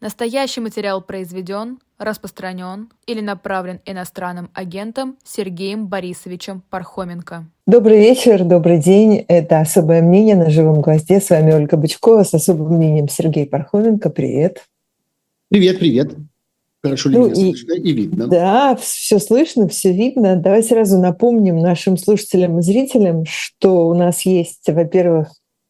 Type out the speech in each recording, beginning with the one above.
Настоящий материал произведен, распространен или направлен иностранным агентом Сергеем Борисовичем Пархоменко. Добрый вечер, добрый день. Это «Особое мнение» на «Живом гвозде». С вами Ольга Бычкова с особым мнением Сергей Пархоменко. Привет. Привет, привет. Хорошо ли меня слышно и видно? Да, все слышно, все видно. Давай сразу напомним нашим слушателям и зрителям, что у нас есть, во-первых,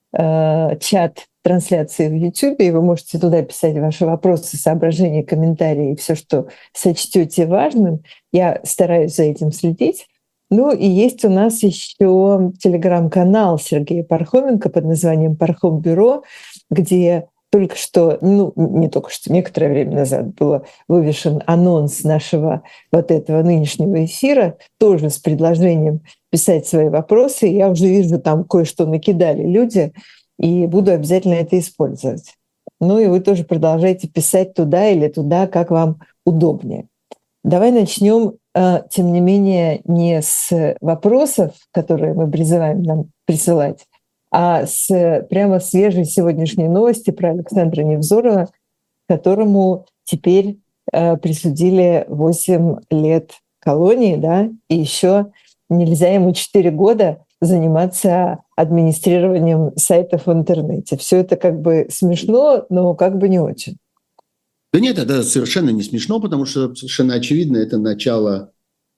чат трансляции в YouTube, и вы можете туда писать ваши вопросы, соображения, комментарии и все, что сочтете важным. Я стараюсь за этим следить. Ну и есть у нас еще телеграм-канал Сергея Пархоменко под названием «Пархом-бюро», где только что, не только что, некоторое время назад был вывешен анонс нашего вот этого нынешнего эфира, тоже с предложением писать свои вопросы. Я уже вижу, там кое-что накидали люди, и буду обязательно это использовать. Ну и вы тоже продолжайте писать туда или туда, как вам удобнее. Давай начнем, тем не менее, не с вопросов, которые мы призываем нам присылать, а с прямо свежей сегодняшней новости про Александра Невзорова, которому теперь присудили 8 лет колонии, да, и еще нельзя ему 4 года заниматься администрированием сайтов в интернете. Все это как бы смешно, но как бы не очень. Да нет, это совершенно не смешно, потому что совершенно очевидно, это начало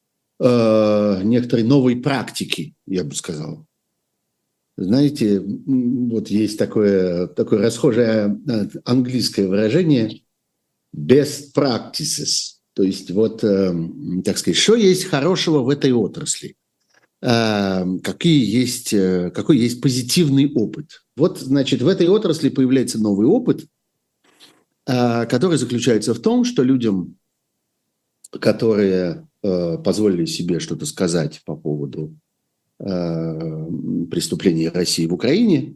некоторой новой практики, я бы сказал. Знаете, вот есть такое расхожее английское выражение «best practices». То есть вот, так сказать, что есть хорошего в этой отрасли? Какой есть позитивный опыт. Вот, значит, в этой отрасли появляется новый опыт, который заключается в том, что людям, которые позволили себе что-то сказать по поводу преступлений России в Украине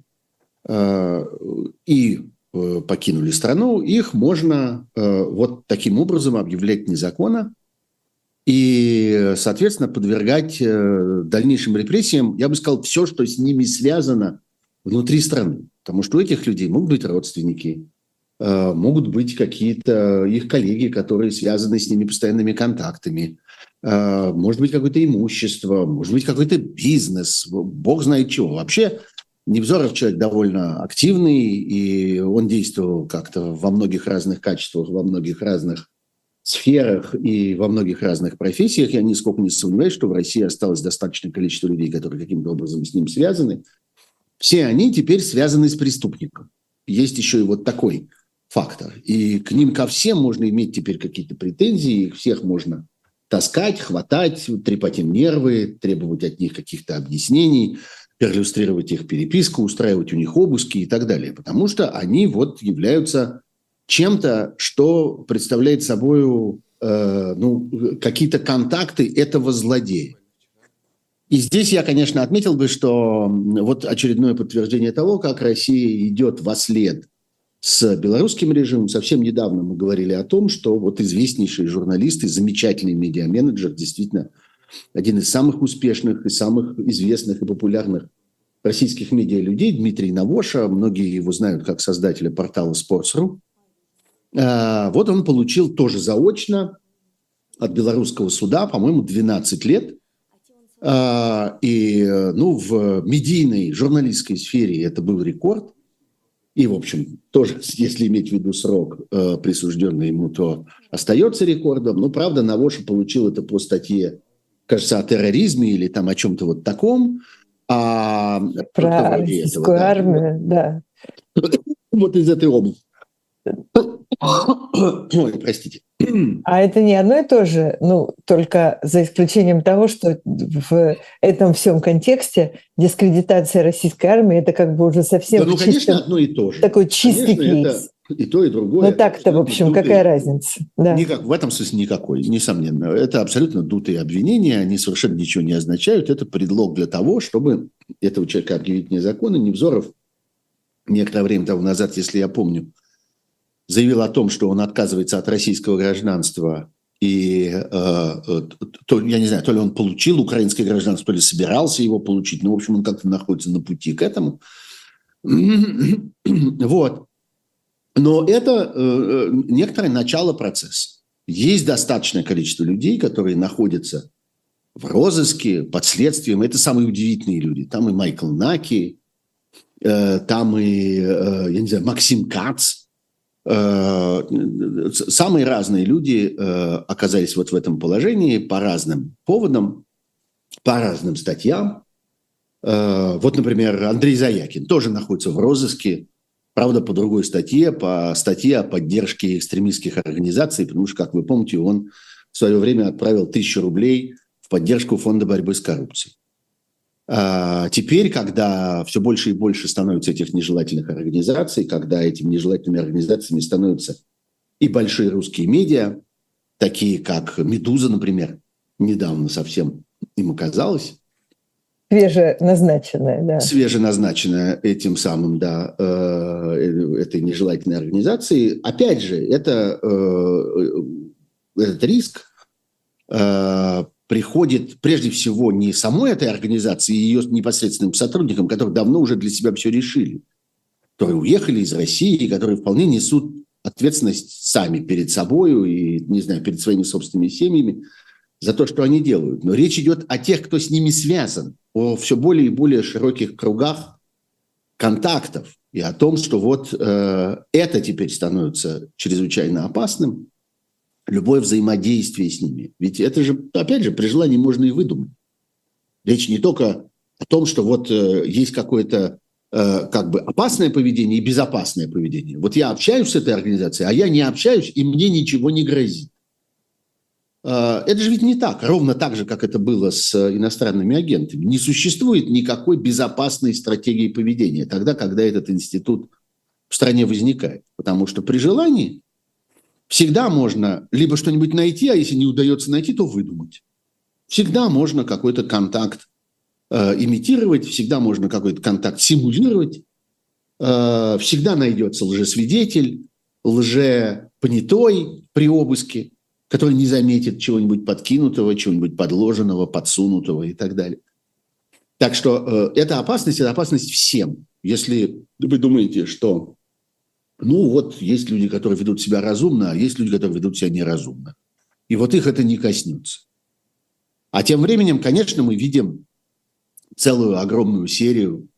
и покинули страну, их можно вот таким образом объявлять незаконно и, соответственно, подвергать дальнейшим репрессиям, я бы сказал, все, что с ними связано внутри страны. Потому что у этих людей могут быть родственники, могут быть какие-то их коллеги, которые связаны с ними постоянными контактами, может быть какое-то имущество, может быть какой-то бизнес, бог знает чего. Вообще Невзоров человек довольно активный, и он действовал как-то во многих разных качествах, во многих разных сферах и во многих разных профессиях. Я нисколько не сомневаюсь, что в России осталось достаточное количество людей, которые каким-то образом с ним связаны. Все они теперь связаны с преступником. Есть еще и вот такой фактор. И к ним ко всем можно иметь теперь какие-то претензии, их всех можно таскать, хватать, трепать им нервы, требовать от них каких-то объяснений, перлюстрировать их переписку, устраивать у них обыски и так далее. Потому что они вот являются чем-то, что представляет собой какие-то контакты этого злодея. И здесь я, конечно, отметил бы, что вот очередное подтверждение того, как Россия идет вослед с белорусским режимом. Совсем недавно мы говорили о том, что вот известнейший журналист и замечательный медиаменеджер, действительно один из самых успешных и самых известных и популярных российских медиалюдей, Дмитрий Навоша, многие его знают как создателя портала Sports.ru. Вот он получил тоже заочно от белорусского суда, по-моему, 12 лет. И в медийной, журналистской сфере это был рекорд. И, в общем, тоже, если иметь в виду срок, присужденный ему, то остается рекордом. Но, правда, Навоша получил это по статье, кажется, о терроризме или там о чем-то вот таком. Про российскую армию, да. Вот из этой области. Ой, простите. А это не одно и то же, только за исключением того, что в этом всем контексте дискредитация российской армии – это как бы уже совсем конечно, одно и то же. Такой чистый кейс. И то, и другое. Но так-то, в общем, какая разница? Да. В этом смысле никакой, несомненно. Это абсолютно дутые обвинения, они совершенно ничего не означают. Это предлог для того, чтобы этого человека объявить незаконным. Невзоров некоторое время тому назад, если я помню, заявил о том, что он отказывается от российского гражданства, и я не знаю, то ли он получил украинское гражданство, то ли собирался его получить, в общем, он как-то находится на пути к этому. Вот. Но это некоторое начало процесса. Есть достаточное количество людей, которые находятся в розыске, под следствием. Это самые удивительные люди. Там и Майкл Наки, там и, я не знаю, Максим Кац. Самые разные люди оказались вот в этом положении по разным поводам, по разным статьям. Вот, например, Андрей Заякин тоже находится в розыске, правда, по другой статье, по статье о поддержке экстремистских организаций, потому что, как вы помните, он в свое время отправил 1000 рублей в поддержку Фонда борьбы с коррупцией. А теперь, когда все больше и больше становится этих нежелательных организаций, когда этими нежелательными организациями становятся и большие русские медиа, такие как «Медуза», например, недавно совсем им оказалось. Свеженазначенная, да. Свеженазначенная этим самым, да, этой нежелательной организацией. Опять же, этот риск приходит прежде всего не самой этой организации и ее непосредственным сотрудникам, которые давно уже для себя все решили, которые уехали из России, которые вполне несут ответственность сами перед собой и, не знаю, перед своими собственными семьями за то, что они делают. Но речь идет о тех, кто с ними связан, о все более и более широких кругах контактов и о том, что вот это теперь становится чрезвычайно опасным, любое взаимодействие с ними. Ведь это же, опять же, при желании можно и выдумать. Речь не только о том, что вот есть какое-то как бы опасное поведение и безопасное поведение. Вот я общаюсь с этой организацией, а я не общаюсь, и мне ничего не грозит. Это же ведь не так. Ровно так же, как это было с иностранными агентами. Не существует никакой безопасной стратегии поведения тогда, когда этот институт в стране возникает. Потому что при желании всегда можно либо что-нибудь найти, а если не удается найти, то выдумать. Всегда можно какой-то контакт имитировать, всегда можно какой-то контакт симулировать, всегда найдется лжесвидетель, лжепонятой при обыске, который не заметит чего-нибудь подкинутого, чего-нибудь подложенного, подсунутого и так далее. Так что это опасность всем. Если вы думаете, что ну вот есть люди, которые ведут себя разумно, а есть люди, которые ведут себя неразумно. И вот их это не коснется. А тем временем, конечно, мы видим целую огромную серию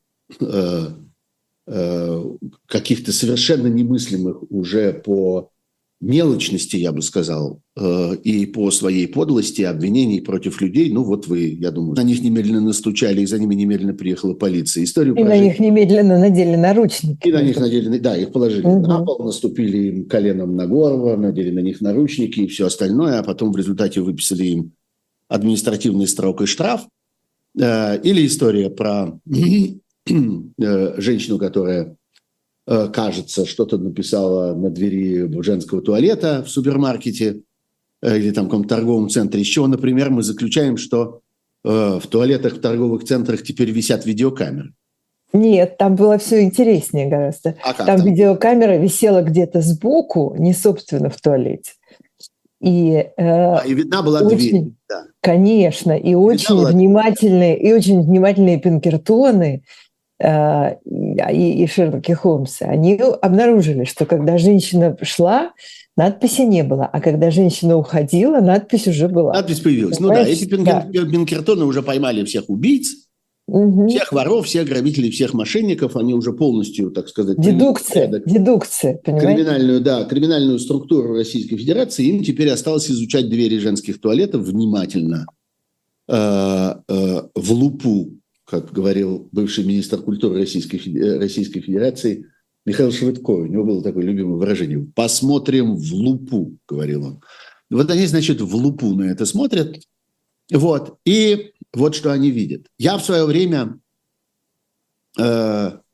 каких-то совершенно немыслимых уже по мелочности, я бы сказал, и по своей подлости обвинений против людей. Ну вот вы, я думаю, на них немедленно настучали, и за ними немедленно приехала полиция. Историю и на них немедленно надели наручники. И на них надели, да, их положили на пол, наступили им коленом на горло, надели на них наручники и все остальное, а потом в результате выписали им административный срок и штраф. Или история про женщину, которая, кажется, что-то написала на двери женского туалета в супермаркете или там в каком-то торговом центре. Из чего, например, мы заключаем, что в туалетах, в торговых центрах теперь висят видеокамеры. Нет, там было все интереснее гораздо. Там видеокамера висела где-то сбоку, не собственно в туалете. И видна была очень, дверь. Да. Конечно, и очень внимательные Пинкертоны и Шерлоки Холмсы, они обнаружили, что когда женщина шла, надписи не было, а когда женщина уходила, надпись уже была. Надпись появилась. Понимаешь? Ну да, эти Пинкертоны уже поймали всех убийц, всех воров, всех грабителей, всех мошенников, они уже полностью, так сказать... Дедукция, понимаете? Криминальную структуру Российской Федерации. Им теперь осталось изучать двери женских туалетов внимательно, в лупу, как говорил бывший министр культуры Российской Федерации Михаил Швыдко. У него было такое любимое выражение. «Посмотрим в лупу», говорил он. Вот они, значит, в лупу на это смотрят. Вот. И вот что они видят. Я в свое время как-то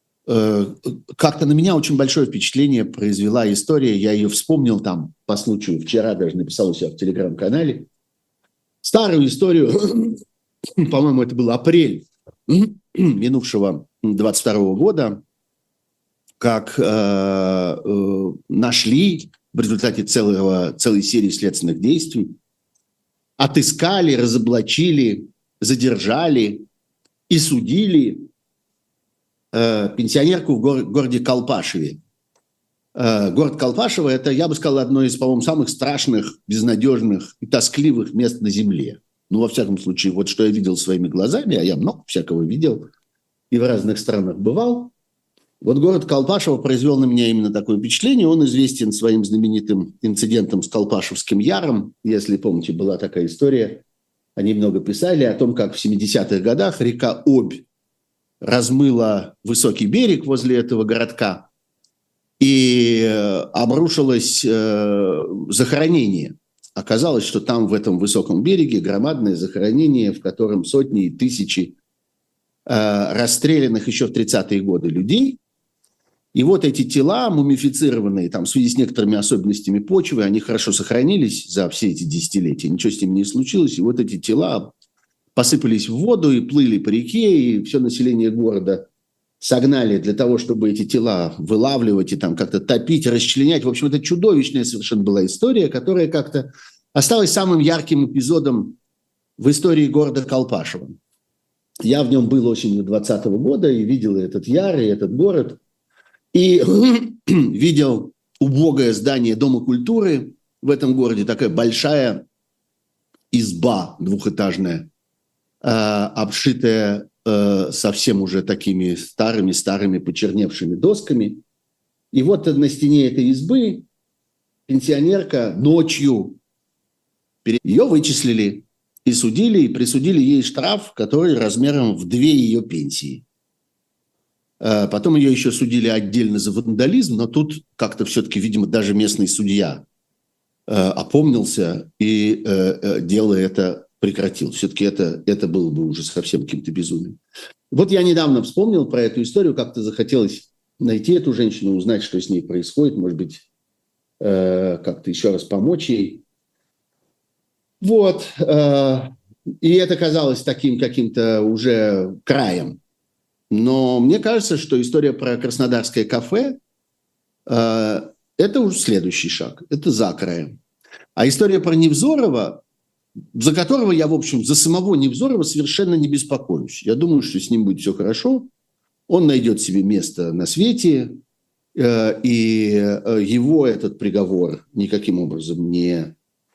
на меня очень большое впечатление произвела история. Я ее вспомнил там по случаю. Вчера даже написал у себя в телеграм-канале. Старую историю, по-моему, это был апрель минувшего 22 года, как нашли в результате целой серии следственных действий, отыскали, разоблачили, задержали и судили пенсионерку в городе Колпашеве, Город Колпашево – это, я бы сказал, одно из, по-моему, самых страшных, безнадежных и тоскливых мест на земле. Ну, во всяком случае, вот что я видел своими глазами, а я много всякого видел и в разных странах бывал. Вот город Колпашево произвел на меня именно такое впечатление. Он известен своим знаменитым инцидентом с Колпашевским яром. Если помните, была такая история. Они много писали о том, как в 70-х годах река Обь размыла высокий берег возле этого городка и обрушилось захоронение. Оказалось, что там в этом высоком береге громадное захоронение, в котором сотни и тысячи расстрелянных еще в 30-е годы людей. И вот эти тела, мумифицированные там, в связи с некоторыми особенностями почвы, они хорошо сохранились за все эти десятилетия, ничего с ними не случилось. И вот эти тела посыпались в воду и плыли по реке, и все население города согнали для того, чтобы эти тела вылавливать и там как-то топить, расчленять. В общем, это чудовищная совершенно была история, которая как-то осталась самым ярким эпизодом в истории города Колпашево. Я в нем был осенью 2020 года и видел этот яр, и этот город. И видел убогое здание Дома культуры в этом городе, такая большая изба двухэтажная, обшитая совсем уже такими старыми почерневшими досками. И вот на стене этой избы пенсионерка ночью, ее вычислили и судили, и присудили ей штраф, который размером в 2 ее пенсии. Потом ее еще судили отдельно за вандализм, но тут как-то все-таки, видимо, даже местный судья опомнился и дело это прекратил. Все-таки это было бы уже совсем каким-то безумием. Вот я недавно вспомнил про эту историю, как-то захотелось найти эту женщину, узнать, что с ней происходит, может быть, как-то еще раз помочь ей. Вот. И это казалось таким каким-то уже краем. Но мне кажется, что история про краснодарское кафе это уже следующий шаг, это за краем. А история про Невзорова, за которого я, в общем, за самого Невзорова совершенно не беспокоюсь. Я думаю, что с ним будет все хорошо, он найдет себе место на свете, и его этот приговор никаким образом не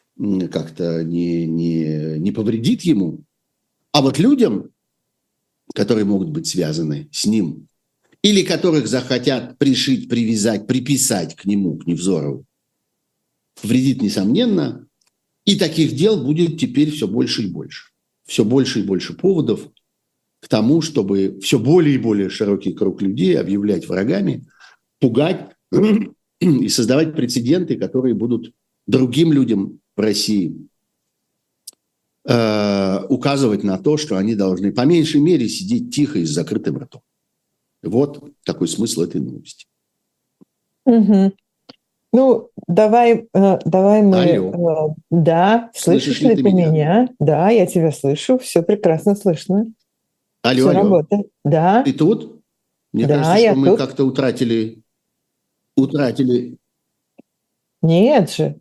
повредит ему. А вот людям, которые могут быть связаны с ним, или которых захотят пришить, привязать, приписать к нему, к Невзорову, вредит, несомненно, и таких дел будет теперь все больше и больше. Все больше и больше поводов к тому, чтобы все более и более широкий круг людей объявлять врагами, пугать и создавать прецеденты, которые будут другим людям в России указывать на то, что они должны по меньшей мере сидеть тихо и с закрытым ртом. Вот такой смысл этой новости. Угу. Ну, давай мы... Да, слышишь ли ты меня? Да, я тебя слышу, все прекрасно слышно. Алло. Работает. Да. Ты тут? Мне кажется, что мы как-то утратили... Нет же.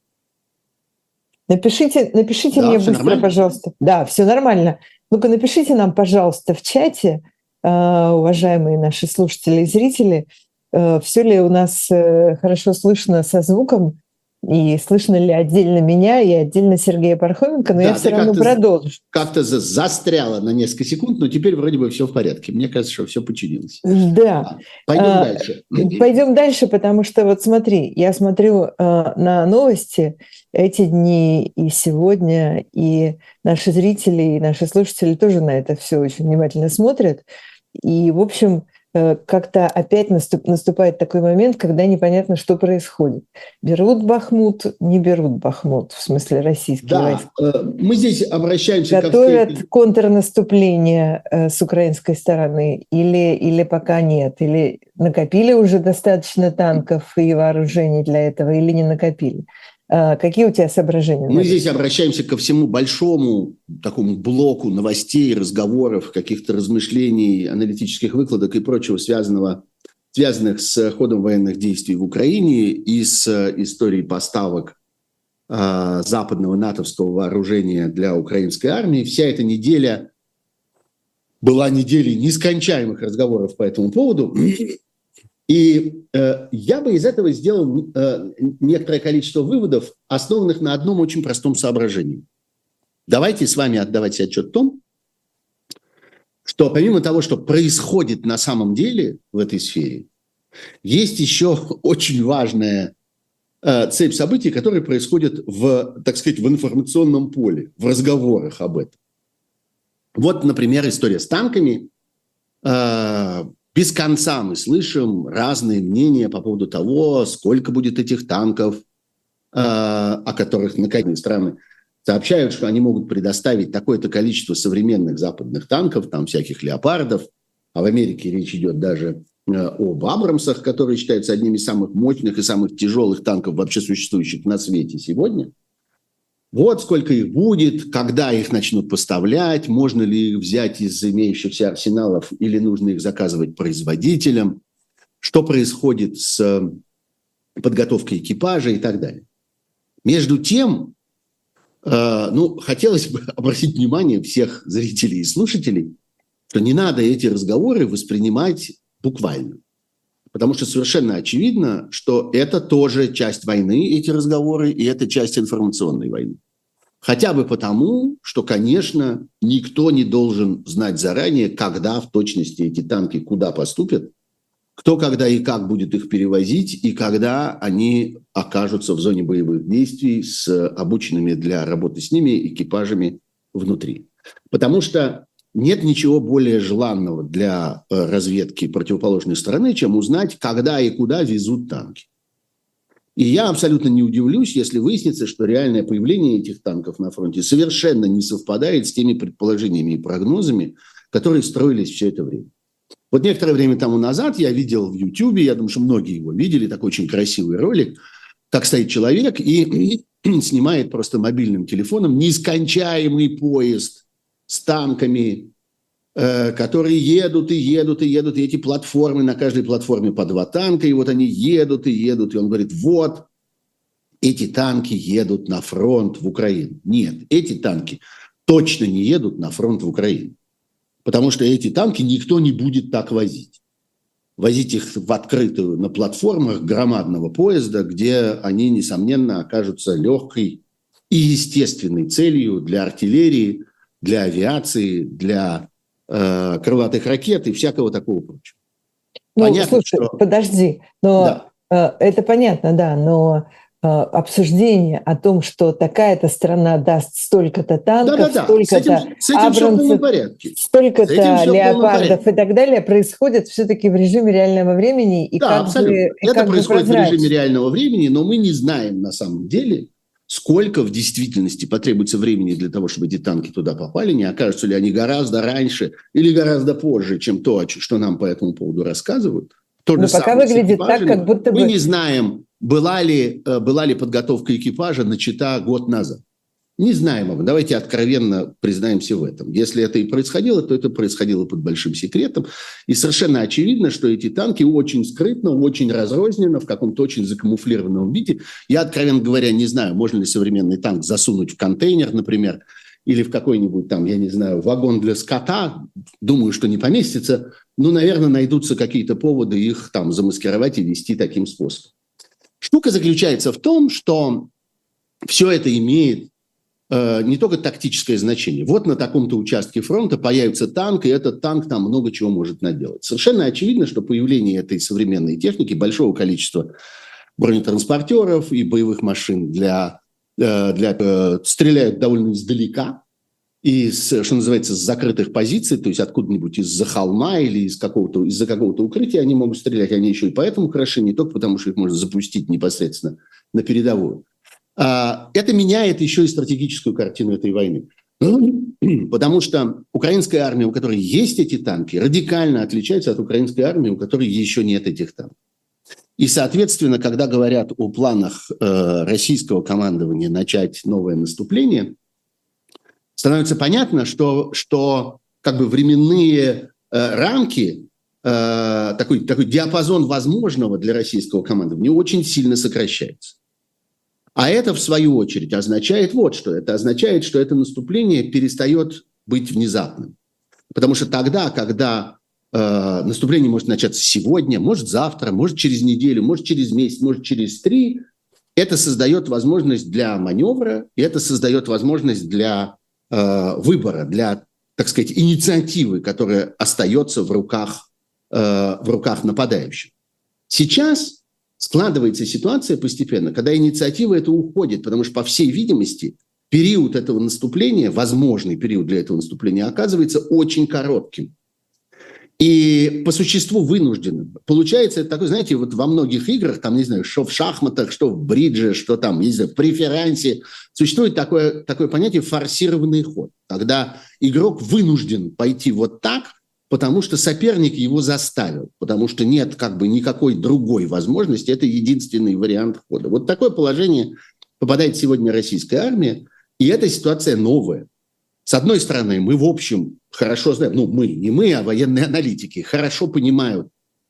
Напишите мне быстро, нормально? Пожалуйста. Да, все нормально. Ну-ка, напишите нам, пожалуйста, в чате, уважаемые наши слушатели и зрители, все ли у нас хорошо слышно со звуком, и слышно ли отдельно меня и отдельно Сергея Пархоменко, но да, я все равно продолжу. Как-то застряла на несколько секунд, но теперь вроде бы все в порядке. Мне кажется, что все починилось. Да. Пойдем дальше. Пойдем дальше, потому что вот смотри, я смотрю на новости эти дни и сегодня, и наши зрители, и наши слушатели тоже на это все очень внимательно смотрят. И, в общем, как-то опять наступает такой момент, когда непонятно, что происходит. Берут Бахмут, не берут Бахмут, в смысле российские войска. Мы здесь обращаемся... Готовят контрнаступление с украинской стороны или пока нет? Или накопили уже достаточно танков и вооружений для этого, или не накопили? Какие у тебя соображения? Мы здесь обращаемся ко всему большому такому блоку новостей, разговоров, каких-то размышлений, аналитических выкладок и прочего, связанных с ходом военных действий в Украине и с историей поставок западного натовского вооружения для украинской армии. Вся эта неделя была неделей нескончаемых разговоров по этому поводу. И я бы из этого сделал некоторое количество выводов, основанных на одном очень простом соображении. Давайте с вами отдавать себе отчет в том, что помимо того, что происходит на самом деле в этой сфере, есть еще очень важная цепь событий, которые происходят так сказать, в информационном поле, в разговорах об этом. Вот, например, история с танками. Без конца мы слышим разные мнения по поводу того, сколько будет этих танков, о которых наконец страны сообщают, что они могут предоставить такое-то количество современных западных танков, там всяких леопардов, а в Америке речь идет даже об Абрамсах, которые считаются одними из самых мощных и самых тяжелых танков вообще существующих на свете сегодня. Вот сколько их будет, когда их начнут поставлять, можно ли их взять из имеющихся арсеналов или нужно их заказывать производителям, что происходит с подготовкой экипажа и так далее. Между тем, хотелось бы обратить внимание всех зрителей и слушателей, что не надо эти разговоры воспринимать буквально. Потому что совершенно очевидно, что это тоже часть войны, эти разговоры, и это часть информационной войны. Хотя бы потому, что, конечно, никто не должен знать заранее, когда в точности эти танки куда поступят, кто, когда и как будет их перевозить, и когда они окажутся в зоне боевых действий с обученными для работы с ними экипажами внутри. Потому что нет ничего более желанного для разведки противоположной стороны, чем узнать, когда и куда везут танки. И я абсолютно не удивлюсь, если выяснится, что реальное появление этих танков на фронте совершенно не совпадает с теми предположениями и прогнозами, которые строились все это время. Вот некоторое время тому назад я видел в YouTube, я думаю, что многие его видели, такой очень красивый ролик, как стоит человек и снимает просто мобильным телефоном нескончаемый поезд с танками, которые едут и едут и едут, и эти платформы, на каждой платформе по 2 танка, и вот они едут и едут, и он говорит, вот, эти танки едут на фронт в Украину. Нет, эти танки точно не едут на фронт в Украину, потому что эти танки никто не будет так возить. Возить их в открытую на платформах громадного поезда, где они, несомненно, окажутся легкой и естественной целью для артиллерии, для авиации, для крылатых ракет и всякого такого прочего. Понятно, слушай, подожди, но да. Это понятно, да, но обсуждение о том, что такая-то страна даст столько-то танков, столько-то Абрамсов, столько-то леопардов и так далее, происходит все-таки в режиме реального времени. И да, абсолютно. Это происходит в режиме реального времени, но мы не знаем на самом деле, сколько в действительности потребуется времени для того, чтобы эти танки туда попали, не окажутся ли они гораздо раньше или гораздо позже, чем то, что нам по этому поводу рассказывают. Но пока выглядит так, как будто бы... Мы не знаем, была ли подготовка экипажа начата год назад. Не знаем. Давайте откровенно признаемся в этом. Если это и происходило, то это происходило под большим секретом. И совершенно очевидно, что эти танки очень скрытно, очень разрозненно, в каком-то очень закамуфлированном виде. Я, откровенно говоря, не знаю, можно ли современный танк засунуть в контейнер, например, или в какой-нибудь там, я не знаю, вагон для скота. Думаю, что не поместится. Но, наверное, найдутся какие-то поводы их там замаскировать и вести таким способом. Штука заключается в том, что все это имеет не только тактическое значение. Вот на таком-то участке фронта появится танк, и этот танк там много чего может наделать. Совершенно очевидно, что появление этой современной техники, большого количества бронетранспортеров и боевых машин стреляют довольно издалека, и, что называется, с закрытых позиций, то есть откуда-нибудь из-за холма или из-за какого-то укрытия они могут стрелять. Они еще и поэтому хороши, не только потому, что их можно запустить непосредственно на передовую. Это меняет еще и стратегическую картину этой войны. Потому что украинская армия, у которой есть эти танки, радикально отличается от украинской армии, у которой еще нет этих танков. И, соответственно, когда говорят о планах российского командования начать новое наступление, становится понятно, что как бы временные рамки, такой диапазон возможного для российского командования очень сильно сокращается. А это, в свою очередь, означает вот что. Это означает, что это наступление перестает быть внезапным. Потому что тогда, когда наступление может начаться сегодня, может завтра, может через неделю, может через месяц, может через 3. Это создает возможность для маневра, и это создает возможность для выбора, для, так сказать, инициативы, которая остается в руках нападающих. Сейчас складывается ситуация постепенно, когда инициатива эта уходит, потому что, по всей видимости, период этого наступления, возможный период для этого наступления, оказывается очень коротким. И по существу вынужденным. Получается, это такой, знаете, вот во многих играх, там, не знаю, что в шахматах, что в бридже, что там, не знаю, в преферансе, существует такое понятие форсированный ход, когда игрок вынужден пойти вот так, потому что соперник его заставил, потому что нет как бы никакой другой возможности, это единственный вариант хода. Вот такое положение попадает сегодня российская армия, и эта ситуация новая. С одной стороны, мы, в общем, хорошо знаем, не мы, а военные аналитики, хорошо понимают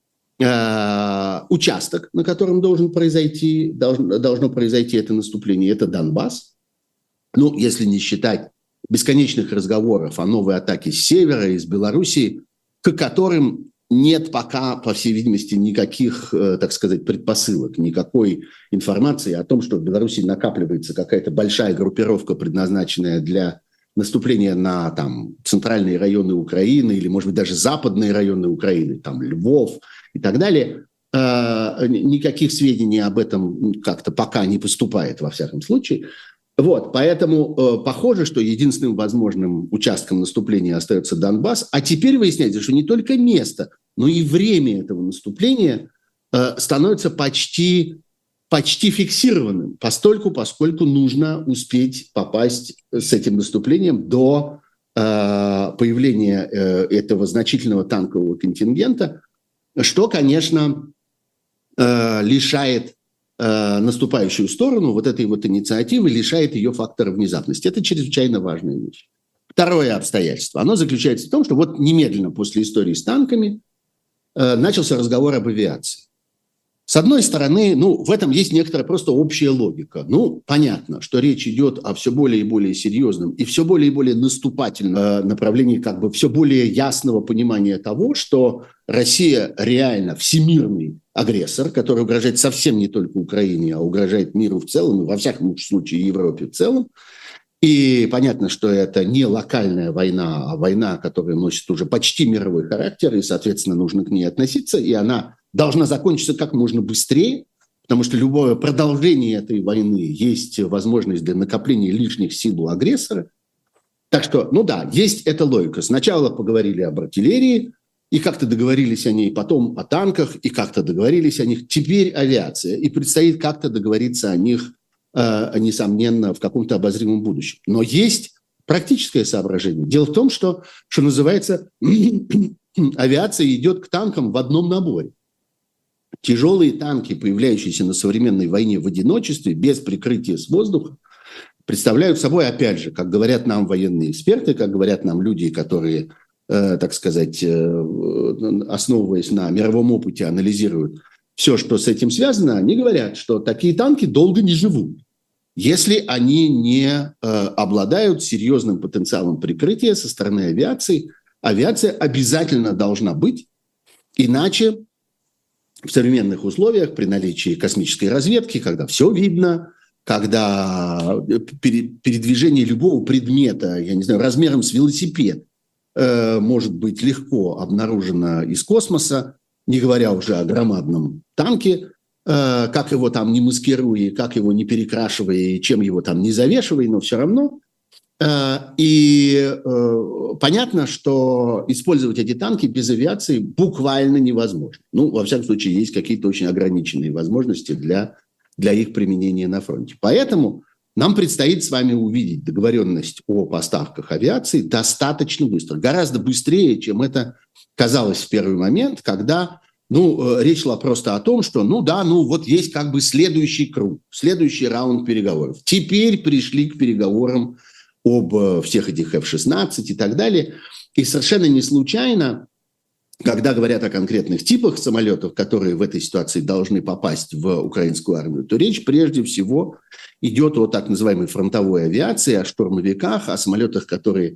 участок, на котором должно произойти это наступление, это Донбасс. Если не считать бесконечных разговоров о новой атаке с севера, из Белоруссии, к которым нет пока, по всей видимости, никаких, так сказать, предпосылок, никакой информации о том, что в Беларуси накапливается какая-то большая группировка, предназначенная для наступление на центральные районы Украины или, может быть, даже западные районы Украины, Львов и так далее, никаких сведений об этом как-то пока не поступает, во всяком случае. Поэтому похоже, что единственным возможным участком наступления остается Донбасс, а теперь выясняется, что не только место, но и время этого наступления становится почти фиксированным, поскольку нужно успеть попасть с этим наступлением до появления этого значительного танкового контингента, что, конечно, лишает наступающую сторону этой инициативы, лишает ее фактора внезапности. Это чрезвычайно важная вещь. Второе обстоятельство. Оно заключается в том, что немедленно после истории с танками начался разговор об авиации. С одной стороны, в этом есть некоторая просто общая логика. Понятно, что речь идет о все более и более серьезном и все более и более наступательном направлении, все более ясного понимания того, что Россия реально всемирный агрессор, который угрожает совсем не только Украине, а угрожает миру в целом, и во всяком случае Европе в целом. И понятно, что это не локальная война, а война, которая носит уже почти мировой характер, и, соответственно, нужно к ней относиться, и она должна закончиться как можно быстрее, потому что любое продолжение этой войны есть возможность для накопления лишних сил у агрессора. Так что, есть эта логика. Сначала поговорили об артиллерии, и как-то договорились о ней, потом о танках, и как-то договорились о них. Теперь авиация, и предстоит как-то договориться о них, несомненно, в каком-то обозримом будущем. Но есть практическое соображение. Дело в том, что называется, авиация идет к танкам в одном наборе. Тяжелые танки, появляющиеся на современной войне в одиночестве, без прикрытия с воздуха, представляют собой, опять же, как говорят нам военные эксперты, как говорят нам люди, которые, так сказать, основываясь на мировом опыте, анализируют все, что с этим связано, они говорят, что такие танки долго не живут, если они не обладают серьезным потенциалом прикрытия со стороны авиации. Авиация обязательно должна быть, иначе в современных условиях, при наличии космической разведки, когда все видно, когда передвижение любого предмета, я не знаю, размером с велосипед, может быть легко обнаружено из космоса, не говоря уже о громадном танке, как его там не маскируя, как его не перекрашивая, и чем его там не завешивая, но все равно. И понятно, что использовать эти танки без авиации буквально невозможно. Во всяком случае, есть какие-то очень ограниченные возможности для их применения на фронте. Поэтому нам предстоит с вами увидеть договоренность о поставках авиации достаточно быстро. Гораздо быстрее, чем это казалось в первый момент, когда речь шла просто о том, что есть как бы следующий круг, следующий раунд переговоров. Теперь пришли к переговорам об всех этих F-16 и так далее. И совершенно не случайно, когда говорят о конкретных типах самолетов, которые в этой ситуации должны попасть в украинскую армию, то речь прежде всего идет о так называемой фронтовой авиации, о штурмовиках, о самолетах, которые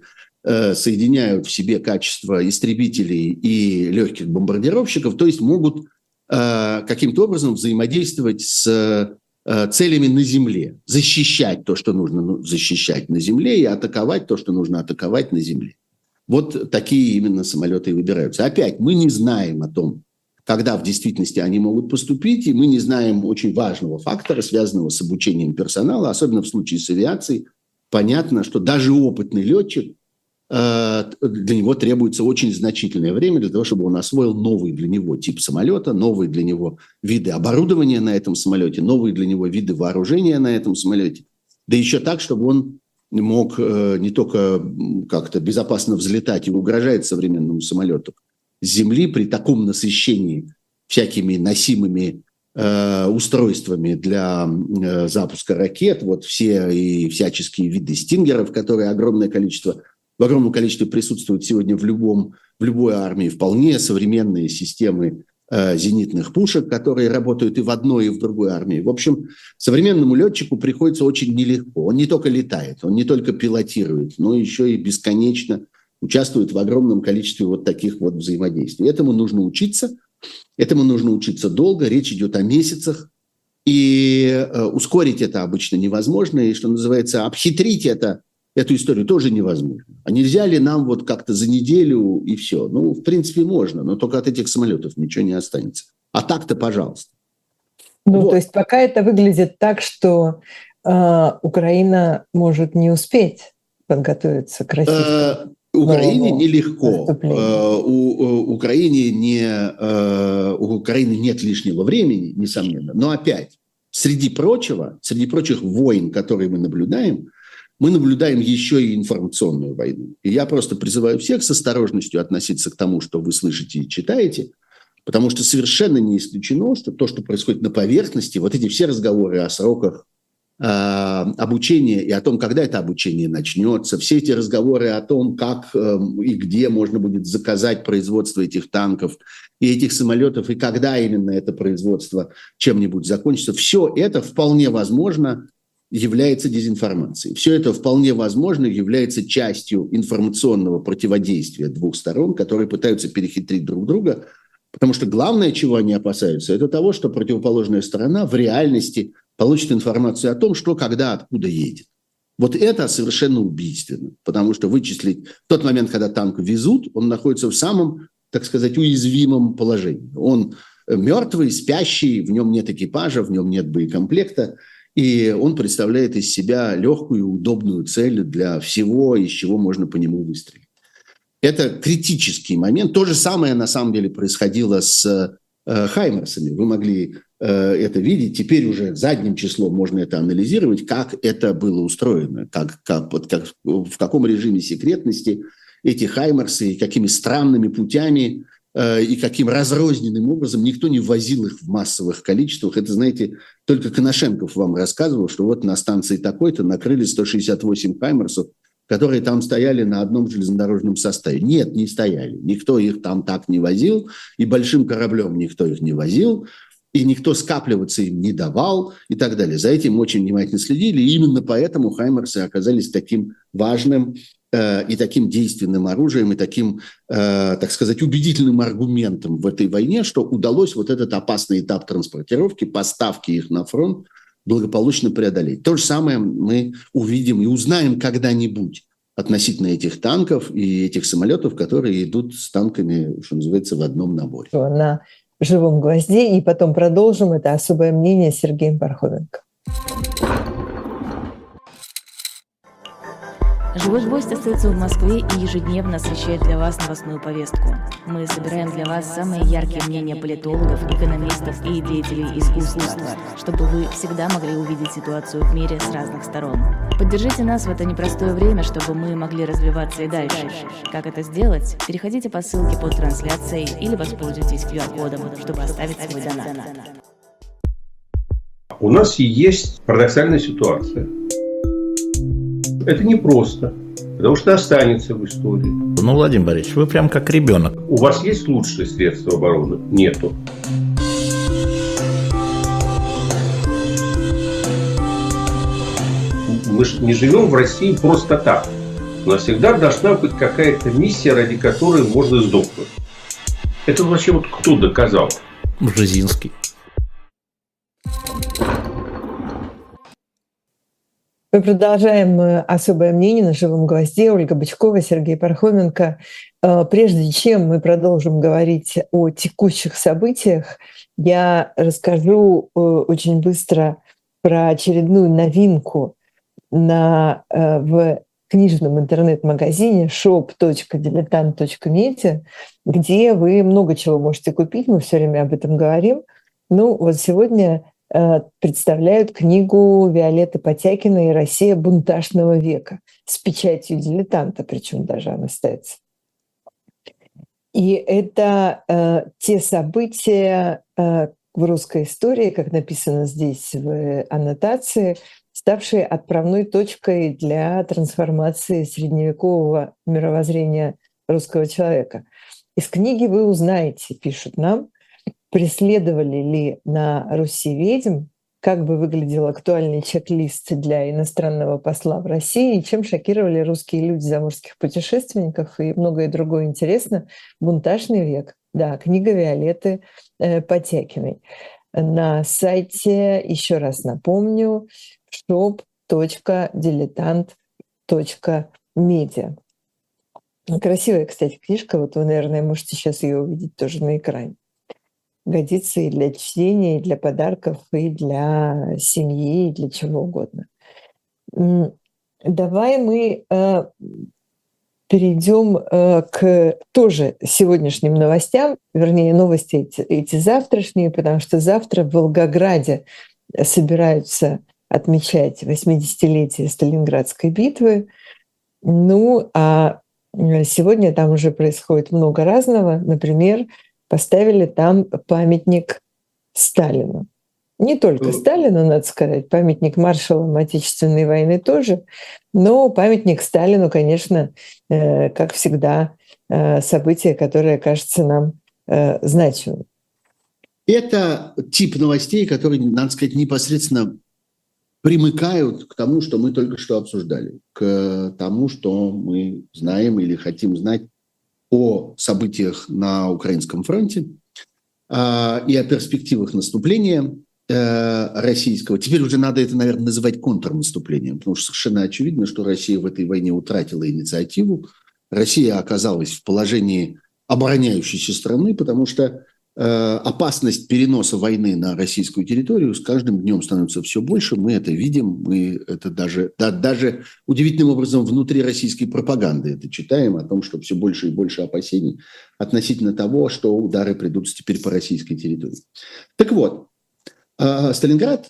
соединяют в себе качество истребителей и легких бомбардировщиков, то есть могут каким-то образом взаимодействовать с целями на земле, защищать то, что нужно защищать на земле, и атаковать то, что нужно атаковать на земле. Вот такие именно самолеты и выбираются. Опять, мы не знаем о том, когда в действительности они могут поступить, и мы не знаем очень важного фактора, связанного с обучением персонала, особенно в случае с авиацией. Понятно, что даже опытный летчик, для него требуется очень значительное время для того, чтобы он освоил новый для него тип самолета, новые для него виды оборудования на этом самолете, новые для него виды вооружения на этом самолете. Да еще так, чтобы он мог не только как-то безопасно взлетать и угрожать современному самолету с земли при таком насыщении всякими носимыми устройствами для запуска ракет, вот все и всяческие виды стингеров, которые в огромном количестве присутствуют сегодня в любой армии, вполне современные системы зенитных пушек, которые работают и в одной, и в другой армии. В общем, современному летчику приходится очень нелегко. Он не только летает, он не только пилотирует, но еще и бесконечно участвует в огромном количестве вот таких вот взаимодействий. Этому нужно учиться долго, речь идет о месяцах, и ускорить это обычно невозможно, и, что называется, обхитрить эту историю тоже невозможно. А нельзя ли нам вот как-то за неделю и все? Ну, в принципе, можно, но только от этих самолетов ничего не останется. А так-то, пожалуйста. Ну, вот. То есть пока это выглядит так, что Украина может не успеть подготовиться к российскому. Украине нелегко. У Украины нет лишнего времени, несомненно. Но опять, среди прочих войн, которые мы наблюдаем еще и информационную войну. И я просто призываю всех с осторожностью относиться к тому, что вы слышите и читаете, потому что совершенно не исключено, что то, что происходит на поверхности, вот эти все разговоры о сроках обучения и о том, когда это обучение начнется, все эти разговоры о том, как и где можно будет заказать производство этих танков и этих самолетов, и когда именно это производство чем-нибудь закончится, все это вполне возможно является дезинформацией. Все это вполне возможно является частью информационного противодействия двух сторон, которые пытаются перехитрить друг друга, потому что главное, чего они опасаются, это того, что противоположная сторона в реальности получит информацию о том, что, когда, откуда едет. Вот это совершенно убийственно, потому что вычислить в тот момент, когда танк везут, он находится в самом, так сказать, уязвимом положении. Он мертвый, спящий, в нем нет экипажа, в нем нет боекомплекта, и он представляет из себя легкую, удобную цель для всего, из чего можно по нему выстрелить. Это критический момент. То же самое, на самом деле, происходило с «Хаймерсами». Вы могли это видеть. Теперь уже задним числом можно это анализировать, как это было устроено, в каком режиме секретности эти «Хаймерсы, и какими странными путями и каким разрозненным образом никто не ввозил их в массовых количествах. Это, знаете, только Коношенков вам рассказывал, что вот на станции такой-то накрыли 168 «Хаймерсов», которые там стояли на одном железнодорожном составе. Нет, не стояли. Никто их там так не возил, и большим кораблем никто их не возил, и никто скапливаться им не давал, и так далее. За этим очень внимательно следили, и именно поэтому «Хаймерсы» оказались таким важным и таким действенным оружием, и таким, так сказать, убедительным аргументом в этой войне, что удалось вот этот опасный этап транспортировки, поставки их на фронт, благополучно преодолеть. То же самое мы увидим и узнаем когда-нибудь относительно этих танков и этих самолетов, которые идут с танками, что называется, в одном наборе. На живом гвозде. И потом продолжим. Это особое мнение с Сергеем Пархоменко. «Живой гвоздь» остается в Москве и ежедневно освещает для вас новостную повестку. Мы собираем для вас самые яркие мнения политологов, экономистов и деятелей искусства, чтобы вы всегда могли увидеть ситуацию в мире с разных сторон. Поддержите нас в это непростое время, чтобы мы могли развиваться и дальше. Как это сделать? Переходите по ссылке под трансляцией или воспользуйтесь QR-кодом, чтобы оставить свой донат. У нас есть парадоксальная ситуация. Это непросто, потому что останется в истории. Ну, Владимир Борисович, вы прям как ребенок. У вас есть лучшие средства обороны? Нету. Мы же не живем в России просто так. У нас всегда должна быть какая-то миссия, ради которой можно сдохнуть. Это вообще вот кто доказал? Бжезинский. Мы продолжаем «Особое мнение» на «Живом гвозде». Ольга Бычкова, Сергей Пархоменко. Прежде чем мы продолжим говорить о текущих событиях, я расскажу очень быстро про очередную новинку в книжном интернет-магазине shop.diletant.media, где вы много чего можете купить, мы все время об этом говорим. Ну вот сегодня представляют книгу Виолетты Потякиной «Россия бунтажного века» с печатью дилетанта, причем даже она ставится. И это те события в русской истории, как написано здесь в аннотации, ставшие отправной точкой для трансформации средневекового мировоззрения русского человека. Из книги вы узнаете, пишут нам, преследовали ли на Руси ведьм, как бы выглядел актуальный чек-лист для иностранного посла в России, и чем шокировали русские люди заморских путешественников и многое другое интересно. «Бунтажный век». Да, книга Виолетты Потякиной. На сайте, еще раз напомню, shop.diletant.media. Красивая, кстати, книжка. Вот вы, наверное, можете сейчас ее увидеть тоже на экране. Годится и для чтения, и для подарков, и для семьи, и для чего угодно. Давай мы перейдем к тоже сегодняшним новостям, вернее, новости эти завтрашние, потому что завтра в Волгограде собираются отмечать 80-летие Сталинградской битвы. Ну, а сегодня там уже происходит много разного. Например, поставили там памятник Сталину. Не только Сталину, надо сказать, памятник маршалам Отечественной войны тоже, но памятник Сталину, конечно, как всегда, событие, которое кажется нам значимым. Это тип новостей, которые, надо сказать, непосредственно примыкают к тому, что мы только что обсуждали, к тому, что мы знаем или хотим знать о событиях на Украинском фронте и о перспективах наступления российского. Теперь уже надо это, наверное, называть контрнаступлением, потому что совершенно очевидно, что Россия в этой войне утратила инициативу. Россия оказалась в положении обороняющейся страны, потому что опасность переноса войны на российскую территорию с каждым днем становится все больше. Мы это видим, мы это даже удивительным образом внутри российской пропаганды это читаем, о том, что все больше и больше опасений относительно того, что удары придутся теперь по российской территории. Так вот, Сталинград,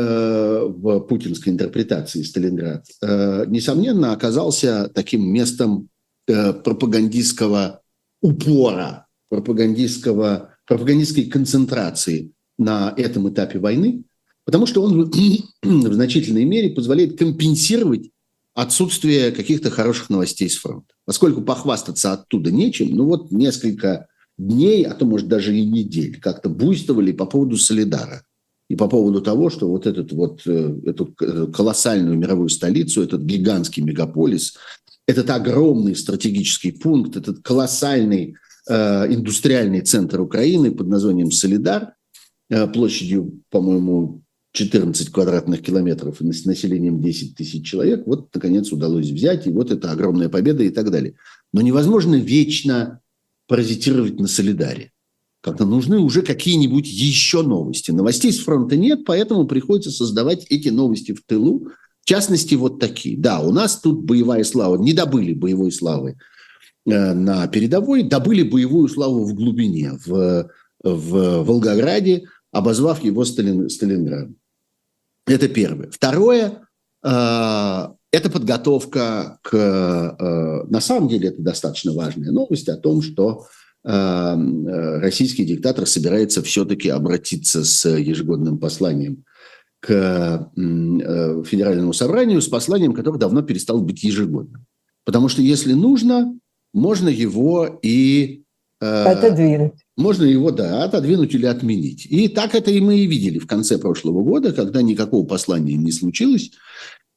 в путинской интерпретации Сталинград, несомненно, оказался таким местом пропагандистского упора, пропагандистской концентрации на этом этапе войны, потому что он в значительной мере позволяет компенсировать отсутствие каких-то хороших новостей с фронта. Поскольку похвастаться оттуда нечем, ну вот несколько дней, а то, может, даже и недель как-то буйствовали по поводу Солидара и по поводу того, что вот эту колоссальную мировую столицу, этот гигантский мегаполис, этот огромный стратегический пункт, этот колоссальный индустриальный центр Украины под названием Солидар, площадью, по-моему, 14 квадратных километров и с населением 10 тысяч человек, вот, наконец, удалось взять, и вот это огромная победа и так далее. Но невозможно вечно паразитировать на Солидаре. Как-то нужны уже какие-нибудь еще новости. Новостей с фронта нет, поэтому приходится создавать эти новости в тылу. В частности, вот такие. Да, у нас тут боевая слава. Не добыли боевой славы на передовой, добыли боевую славу в глубине, в Волгограде, обозвав его Сталинградом. Это первое. Второе – это подготовка к… На самом деле это достаточно важная новость о том, что российский диктатор собирается все-таки обратиться с ежегодным посланием к Федеральному собранию, с посланием, которое давно перестало быть ежегодным. Потому что если нужно, можно его и… отодвинуть. Можно его, да, отодвинуть или отменить. И так это и мы и видели в конце прошлого года, когда никакого послания не случилось.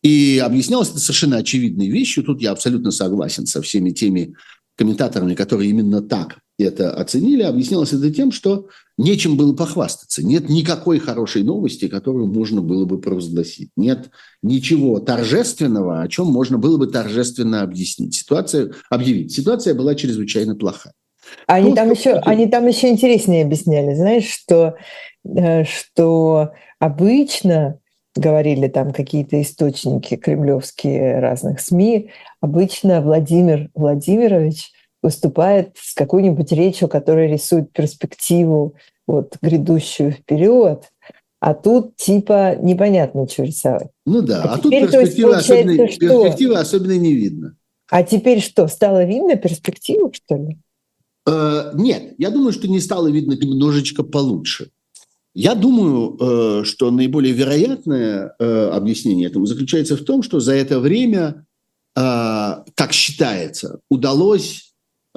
И объяснялось это совершенно очевидной вещью. Тут я абсолютно согласен со всеми теми комментаторами, которые именно так это оценили. Объяснялось это тем, что нечем было похвастаться. Нет никакой хорошей новости, которую можно было бы провозгласить. Нет ничего торжественного, о чем можно было бы торжественно объяснить. Ситуация была чрезвычайно плохая. Они там еще интереснее объясняли, знаешь, что обычно, говорили там какие-то источники кремлевские разных СМИ, обычно Владимир Владимирович выступает с какой-нибудь речью, которая рисует перспективу вот, грядущую вперед, а тут типа непонятно, что рисовать. Ну да, а тут перспективы особенно не видно. А теперь что, стало видно перспективу, что ли? Нет, я думаю, что не стало видно немножечко получше. Я думаю, что наиболее вероятное объяснение этому заключается в том, что за это время, как считается, удалось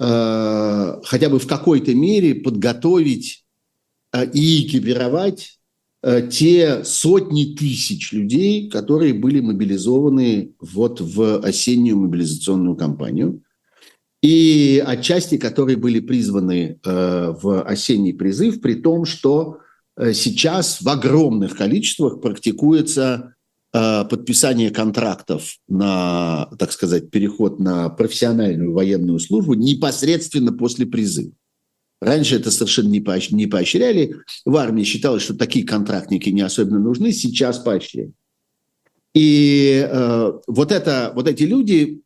хотя бы в какой-то мере подготовить и экипировать те сотни тысяч людей, которые были мобилизованы вот в осеннюю мобилизационную кампанию, и отчасти которые были призваны в осенний призыв, при том, что сейчас в огромных количествах практикуется подписание контрактов на, так сказать, переход на профессиональную военную службу непосредственно после призыва. Раньше это совершенно не поощряли. В армии считалось, что такие контрактники не особенно нужны, сейчас поощряют. И вот эти люди,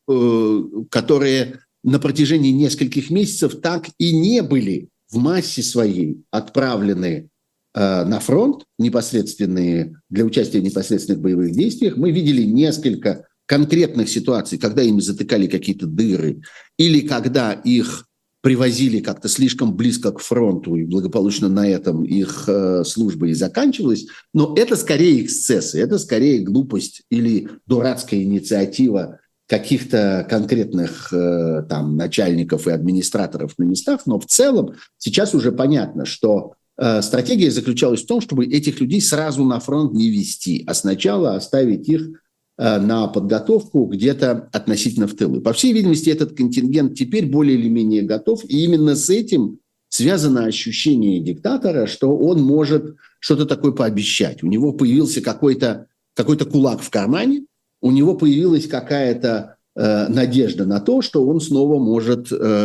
которые на протяжении нескольких месяцев так и не были в массе своей отправлены на фронт непосредственные, для участия в непосредственных боевых действиях. Мы видели несколько конкретных ситуаций, когда им затыкали какие-то дыры или когда их привозили как-то слишком близко к фронту, и благополучно на этом их служба и заканчивалась. Но это скорее эксцессы, это скорее глупость или дурацкая инициатива каких-то конкретных там начальников и администраторов на местах. Но в целом сейчас уже понятно, что стратегия заключалась в том, чтобы этих людей сразу на фронт не вести, а сначала оставить их на подготовку где-то относительно в тылу. По всей видимости, этот контингент теперь более или менее готов, и именно с этим связано ощущение диктатора, что он может что-то такое пообещать. У него появился какой-то кулак в кармане, у него появилась какая-то надежда на то, что он снова может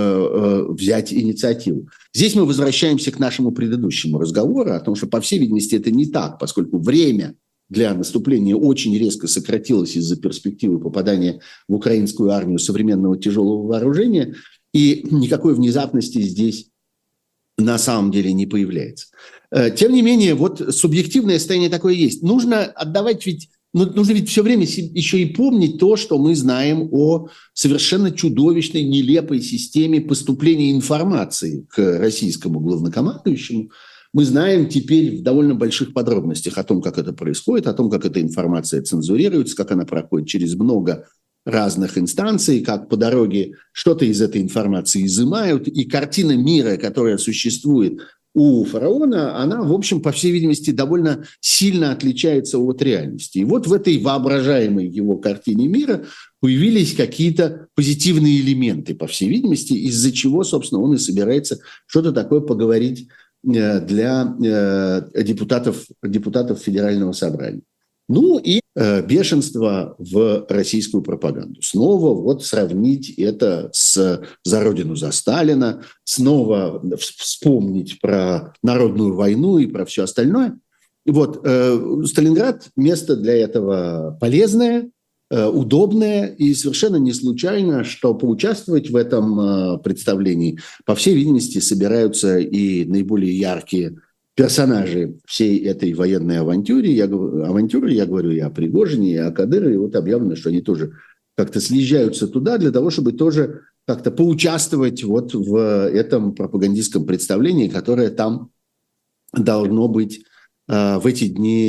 взять инициативу. Здесь мы возвращаемся к нашему предыдущему разговору о том, что, по всей видимости, это не так, поскольку время для наступления очень резко сократилось из-за перспективы попадания в украинскую армию современного тяжелого вооружения, и никакой внезапности здесь на самом деле не появляется. Тем не менее, вот субъективное состояние такое есть. Нужно ведь все время еще и помнить то, что мы знаем о совершенно чудовищной, нелепой системе поступления информации к российскому главнокомандующему. Мы знаем теперь в довольно больших подробностях о том, как это происходит, о том, как эта информация цензурируется, как она проходит через много разных инстанций, как по дороге что-то из этой информации изымают, и картина мира, которая существует у фараона, она, в общем, по всей видимости, довольно сильно отличается от реальности. И вот в этой воображаемой его картине мира появились какие-то позитивные элементы, по всей видимости, из-за чего, собственно, он и собирается что-то такое поговорить для депутатов Федерального собрания. Ну и бешенство в российскую пропаганду. Снова вот сравнить это с «За Родину, за Сталина», снова вспомнить про народную войну и про все остальное. Вот, Сталинград – место для этого полезное, удобное, и совершенно не случайно, что поучаствовать в этом представлении, по всей видимости, собираются и наиболее яркие персонажи всей этой военной авантюры. Я говорю и о Пригожине, и о Кадырове. И вот объявлено, что они тоже как-то съезжаются туда для того, чтобы тоже как-то поучаствовать вот в этом пропагандистском представлении, которое там должно быть в эти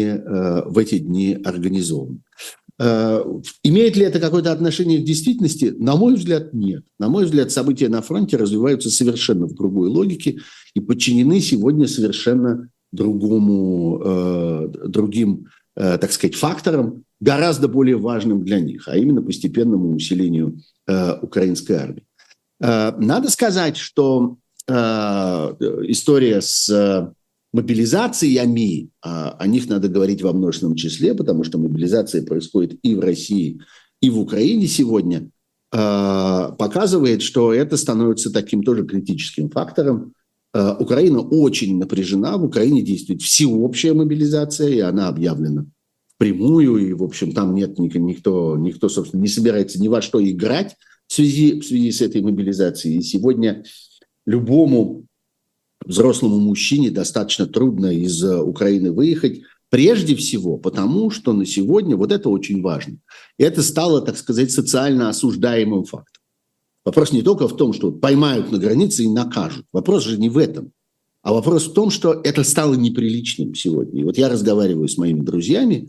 дни организовано. Имеет ли это какое-то отношение к действительности? На мой взгляд, нет. На мой взгляд, события на фронте развиваются совершенно в другой логике и подчинены сегодня совершенно другим так сказать, фактором, гораздо более важным для них, а именно постепенному усилению украинской армии. Надо сказать, что история с мобилизациями, о них надо говорить во множественном числе, потому что мобилизация происходит и в России, и в Украине сегодня, показывает, что это становится таким тоже критическим фактором. Украина очень напряжена, в Украине действует всеобщая мобилизация, и она объявлена впрямую, и, в общем, там нет никто, собственно, не собирается ни во что играть в связи с этой мобилизацией. И сегодня любому взрослому мужчине достаточно трудно из Украины выехать, прежде всего потому, что на сегодня, вот это очень важно, это стало, так сказать, социально осуждаемым фактом. Вопрос не только в том, что поймают на границе и накажут. Вопрос же не в этом. А вопрос в том, что это стало неприличным сегодня. И вот я разговариваю с моими друзьями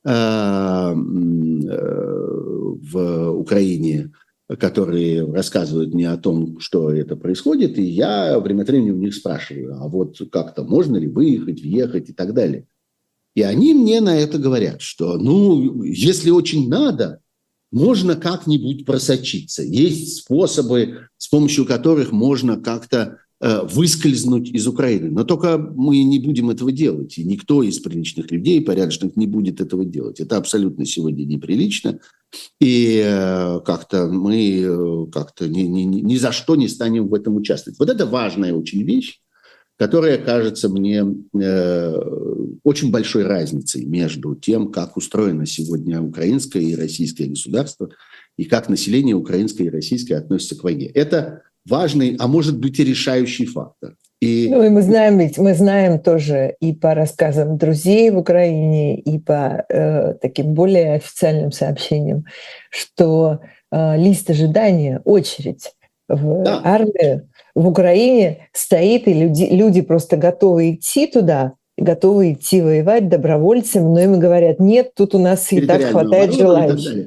в Украине, которые рассказывают мне о том, что это происходит, и я время от времени у них спрашиваю, а вот как-то можно ли выехать, въехать и так далее. И они мне на это говорят, что, если очень надо, можно как-нибудь просочиться. Есть способы, с помощью которых можно как-то выскользнуть из Украины. Но только мы не будем этого делать. И никто из приличных людей, порядочных, не будет этого делать. Это абсолютно сегодня неприлично. И как-то мы ни за что не станем в этом участвовать. Вот это важная очень вещь, которая кажется мне очень большой разницей между тем, как устроено сегодня украинское и российское государство, и как население украинское и российское относятся к войне. Это важный, а может быть и решающий фактор. И мы знаем тоже и по рассказам друзей в Украине, и по таким более официальным сообщениям, что лист ожидания, очередь в армию в Украине стоит, и люди просто готовы идти туда, готовы идти воевать добровольцами, но им говорят, нет, тут у нас и так хватает желающих.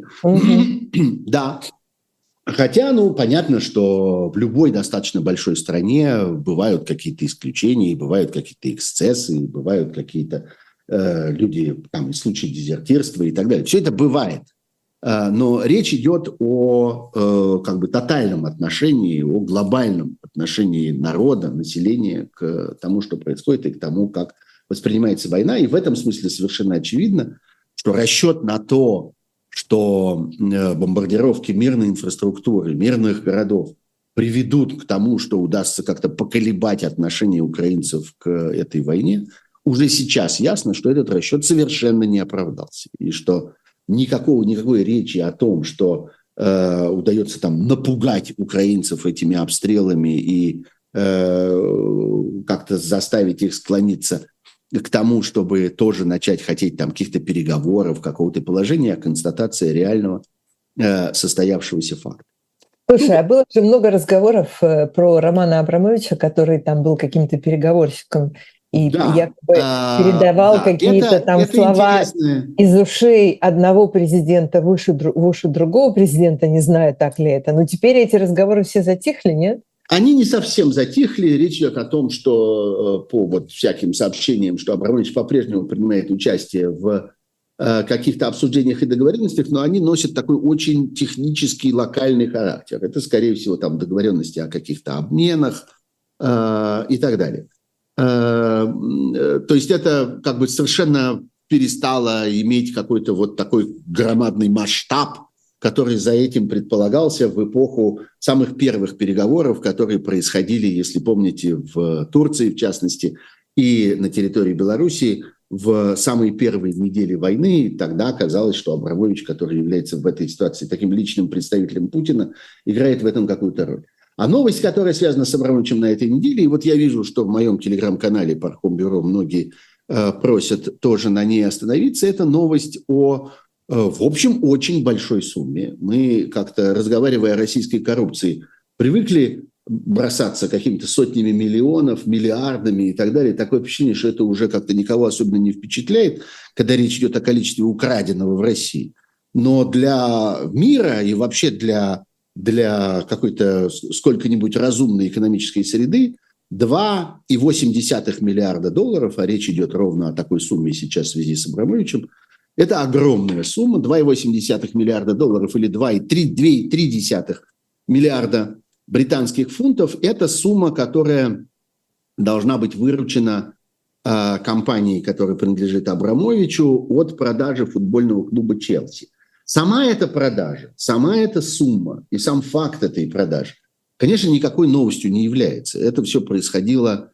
Да. Хотя, понятно, что в любой достаточно большой стране бывают какие-то исключения, бывают какие-то эксцессы, бывают какие-то люди, там, случаи дезертирства и так далее. Все это бывает. Но речь идет о тотальном отношении, о глобальном отношении народа, населения к тому, что происходит, и к тому, как воспринимается война. И в этом смысле совершенно очевидно, что расчет на то, что бомбардировки мирной инфраструктуры, мирных городов приведут к тому, что удастся как-то поколебать отношение украинцев к этой войне, уже сейчас ясно, что этот расчет совершенно не оправдался. И что никакой речи о том, что удается там напугать украинцев этими обстрелами и как-то заставить их склониться к тому, чтобы тоже начать хотеть там каких-то переговоров, какого-то положения, а констатация реального состоявшегося факта. Слушай, а было же много разговоров про Романа Абрамовича, который там был каким-то переговорщиком и якобы передавал какие-то там слова из ушей одного президента в уши другого президента, не знаю, так ли это. Но теперь эти разговоры все затихли, нет? Они не совсем затихли. Речь идет о том, что по всяким сообщениям, что Абрамович по-прежнему принимает участие в каких-то обсуждениях и договоренностях, но они носят такой очень технический, локальный характер. Это, скорее всего, там договоренности о каких-то обменах и так далее. То есть это совершенно перестало иметь какой-то такой громадный масштаб, который за этим предполагался в эпоху самых первых переговоров, которые происходили, если помните, в Турции, в частности, и на территории Белоруссии в самые первые недели войны. И тогда оказалось, что Абрамович, который является в этой ситуации таким личным представителем Путина, играет в этом какую-то роль. А новость, которая связана с Абрамовичем на этой неделе, и вот я вижу, что в моем телеграм-канале Пархомбюро многие просят тоже на ней остановиться, это новость о, в общем, очень большой сумме. Мы как-то, разговаривая о российской коррупции, привыкли бросаться какими-то сотнями миллионов, миллиардами и так далее. Такое впечатление, что это уже как-то никого особенно не впечатляет, когда речь идет о количестве украденного в России. Но для мира и вообще для какой-то сколько-нибудь разумной экономической среды 2,8 миллиарда долларов, а речь идет ровно о такой сумме сейчас в связи с Абрамовичем, Это огромная сумма, 2,8 миллиарда долларов или 2,3 миллиарда британских фунтов. Это сумма, которая должна быть выручена компании, которая принадлежит Абрамовичу, от продажи футбольного клуба «Челси». Сама эта продажа, сама эта сумма и сам факт этой продажи, конечно, никакой новостью не является. Это все происходило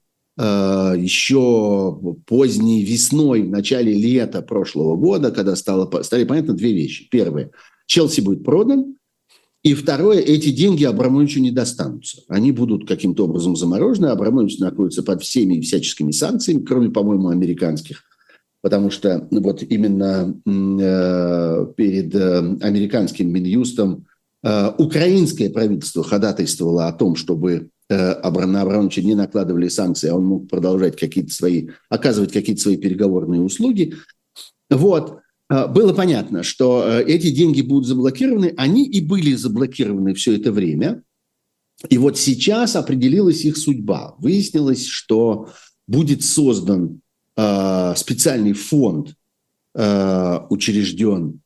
еще поздней весной, в начале лета прошлого года, когда стали понятны две вещи. Первое, Челси будет продан. И второе, эти деньги Абрамовичу не достанутся. Они будут каким-то образом заморожены. Абрамович находится под всеми и всяческими санкциями, кроме, по-моему, американских. Потому что вот именно перед американским Минюстом украинское правительство ходатайствовало о том, чтобы на Абрамовича не накладывали санкции, а он мог продолжать оказывать какие-то свои переговорные услуги. Вот. Было понятно, что эти деньги будут заблокированы. Они и были заблокированы все это время. И вот сейчас определилась их судьба. Выяснилось, что будет создан специальный фонд, учрежден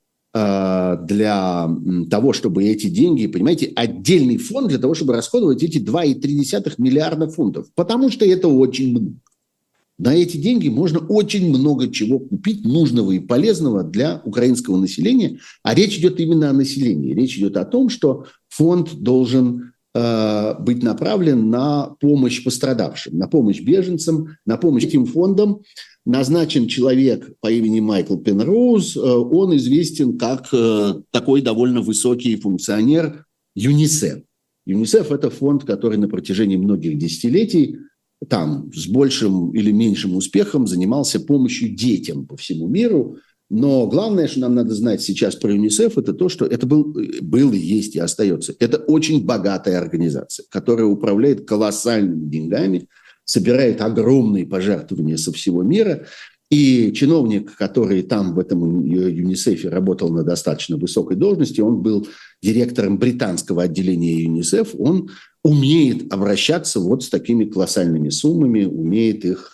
для того, чтобы эти деньги, понимаете, отдельный фонд для того, чтобы расходовать эти 2,3 миллиарда фунтов. Потому что это очень много. На эти деньги можно очень много чего купить, нужного и полезного для украинского населения. А речь идет именно о населении. Речь идет о том, что фонд должен быть направлен на помощь пострадавшим, на помощь беженцам, на помощь этим фондам. Назначен человек по имени Майкл Пенроуз. Он известен как такой довольно высокий функционер ЮНИСЕФ. ЮНИСЕФ – это фонд, который на протяжении многих десятилетий там с большим или меньшим успехом занимался помощью детям по всему миру. Но главное, что нам надо знать сейчас про ЮНИСЕФ, это то, что это был и есть и остается. Это очень богатая организация, которая управляет колоссальными деньгами, собирает огромные пожертвования со всего мира. И чиновник, который там в этом ЮНИСЕФе работал на достаточно высокой должности, он был директором британского отделения ЮНИСЕФ, он умеет обращаться вот с такими колоссальными суммами, умеет их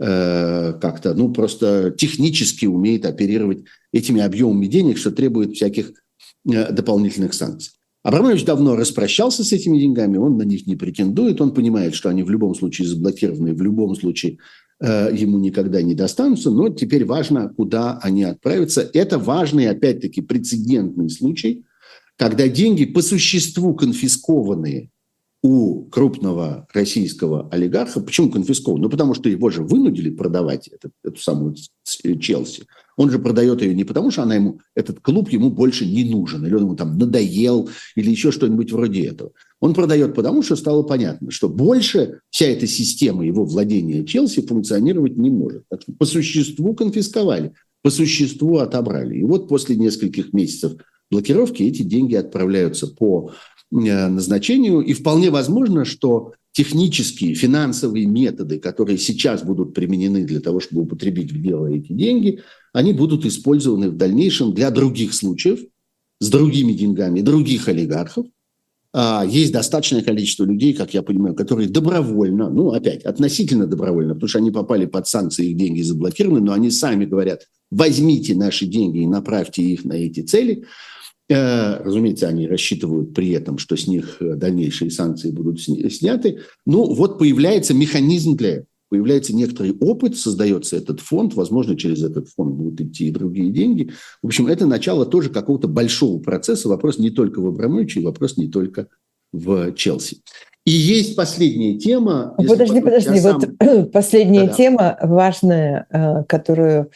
как-то, просто технически умеет оперировать этими объемами денег, что требует всяких дополнительных санкций. Абрамович давно распрощался с этими деньгами, он на них не претендует, он понимает, что они в любом случае заблокированы, в любом случае ему никогда не достанутся, но теперь важно, куда они отправятся. Это важный, опять-таки, прецедентный случай, когда деньги по существу конфискованные у крупного российского олигарха. Почему конфискован? Потому что его же вынудили продавать эту самую Челси. Он же продает ее не потому, что этот клуб ему больше не нужен, или он ему там надоел, или еще что-нибудь вроде этого. Он продает потому, что стало понятно, что больше вся эта система его владения Челси функционировать не может. Так что по существу конфисковали, по существу отобрали. И вот после нескольких месяцев блокировки эти деньги отправляются по назначению. И вполне возможно, что технические, финансовые методы, которые сейчас будут применены для того, чтобы употребить в дело эти деньги, они будут использованы в дальнейшем для других случаев, с другими деньгами, других олигархов. Есть достаточное количество людей, как я понимаю, которые добровольно, опять, относительно добровольно, потому что они попали под санкции, их деньги заблокированы, но они сами говорят, возьмите наши деньги и направьте их на эти цели. Разумеется, они рассчитывают при этом, что с них дальнейшие санкции будут сняты. Вот появляется механизм для этого. Появляется некоторый опыт, создается этот фонд, возможно, через этот фонд будут идти и другие деньги. В общем, это начало тоже какого-то большого процесса. Вопрос не только в Абрамовиче, вопрос не только в Челси. И есть последняя тема. Подожди. Последняя тема важная, которую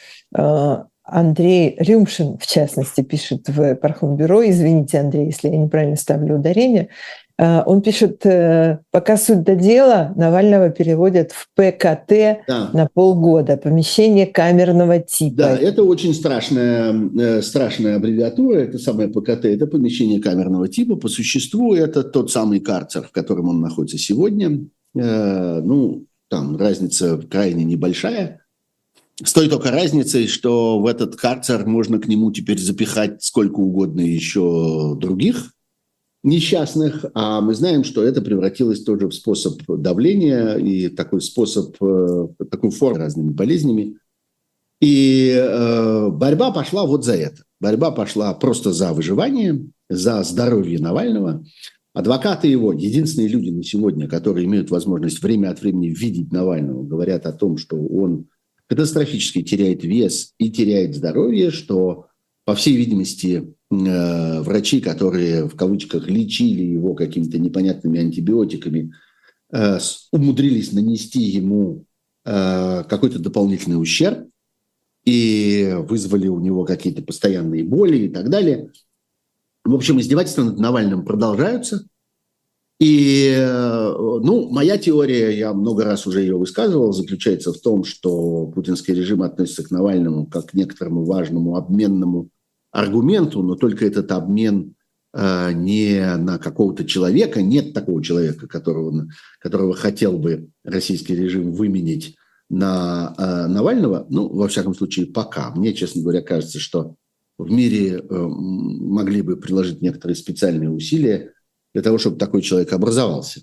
Андрей Рюмшин, в частности, пишет в Пархомбюро. Извините, Андрей, если я неправильно ставлю ударение. Он пишет, пока суть до дела, Навального переводят в ПКТ на полгода, помещение камерного типа. Да, это очень страшная аббревиатура, это самое ПКТ, это помещение камерного типа. По существу это тот самый карцер, в котором он находится сегодня. Там разница крайне небольшая. С той только разницей, что в этот карцер можно к нему теперь запихать сколько угодно еще других несчастных, а мы знаем, что это превратилось тоже в способ давления и такой форму разными болезнями. И борьба пошла вот за это. Борьба пошла просто за выживание, за здоровье Навального. Адвокаты его, единственные люди на сегодня, которые имеют возможность время от времени видеть Навального, говорят о том, что он катастрофически теряет вес и теряет здоровье, что, по всей видимости, врачи, которые в кавычках лечили его какими-то непонятными антибиотиками, умудрились нанести ему какой-то дополнительный ущерб и вызвали у него какие-то постоянные боли и так далее. В общем, издевательства над Навальным продолжаются. И, моя теория, я много раз уже ее высказывал, заключается в том, что путинский режим относится к Навальному как к некоторому важному обменному аргументу, но только этот обмен не на какого-то человека, нет такого человека, которого хотел бы российский режим выменить на Навального, во всяком случае, пока. Мне, честно говоря, кажется, что в мире могли бы приложить некоторые специальные усилия для того, чтобы такой человек образовался.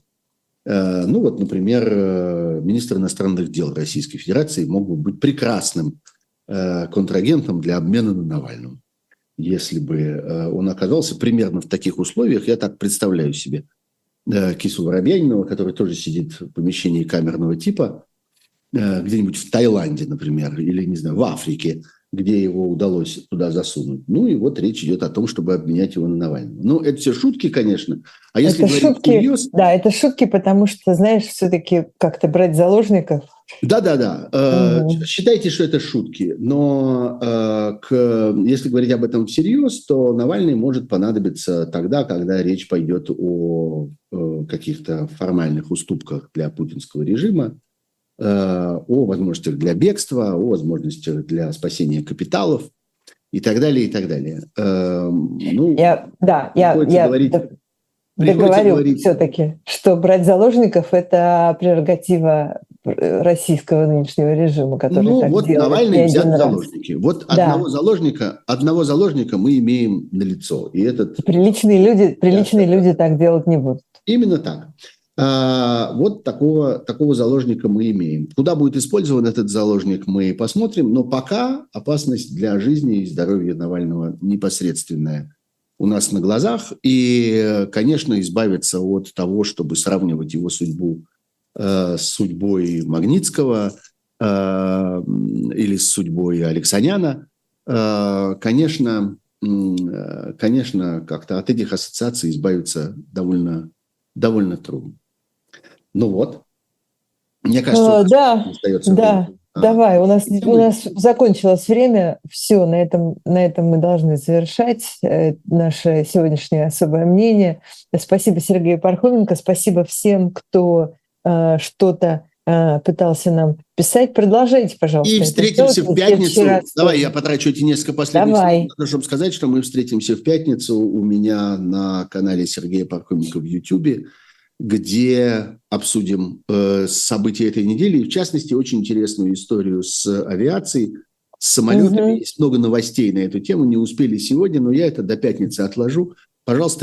Например, министр иностранных дел Российской Федерации мог бы быть прекрасным контрагентом для обмена на Навального. Если бы он оказался примерно в таких условиях, я так представляю себе Кису Воробьянинова, который тоже сидит в помещении камерного типа, где-нибудь в Таиланде, например, или, не знаю, в Африке, где его удалось туда засунуть. И вот речь идет о том, чтобы обменять его на Навального. Это все шутки, конечно. А если это говорить всерьез... Да, это шутки, потому что, знаешь, все-таки как-то брать заложников... Да. Считайте, что это шутки. Но если говорить об этом всерьез, то Навальный может понадобиться тогда, когда речь пойдет о каких-то формальных уступках для путинского режима, о возможностях для бегства, о возможностях для спасения капиталов и так далее, и так далее. Я договорю все-таки, что брать заложников – это прерогатива российского нынешнего режима, который так делает. Навальный взят в заложники. Одного заложника мы имеем налицо. И приличные люди так делать не будут. Именно так. Вот такого заложника мы имеем. Куда будет использован этот заложник, мы посмотрим. Но пока опасность для жизни и здоровья Навального непосредственная у нас на глазах. И, конечно, избавиться от того, чтобы сравнивать его судьбу с судьбой Магнитского или с судьбой Алексаняна, конечно, как-то от этих ассоциаций избавиться довольно трудно. Мне кажется, остается время. Давай, у нас закончилось время, все, на этом мы должны завершать наше сегодняшнее особое мнение. Спасибо Сергею Пархоменко, спасибо всем, кто что-то пытался нам писать. Продолжайте, пожалуйста. И встретимся в пятницу. Давай я потрачу эти несколько последних секунд, чтобы сказать, что мы встретимся в пятницу у меня на канале Сергея Пархоменко в YouTube, где обсудим события этой недели, и в частности, очень интересную историю с авиацией, с самолетами. Есть много новостей на эту тему, не успели сегодня, но я это до пятницы отложу. Пожалуйста,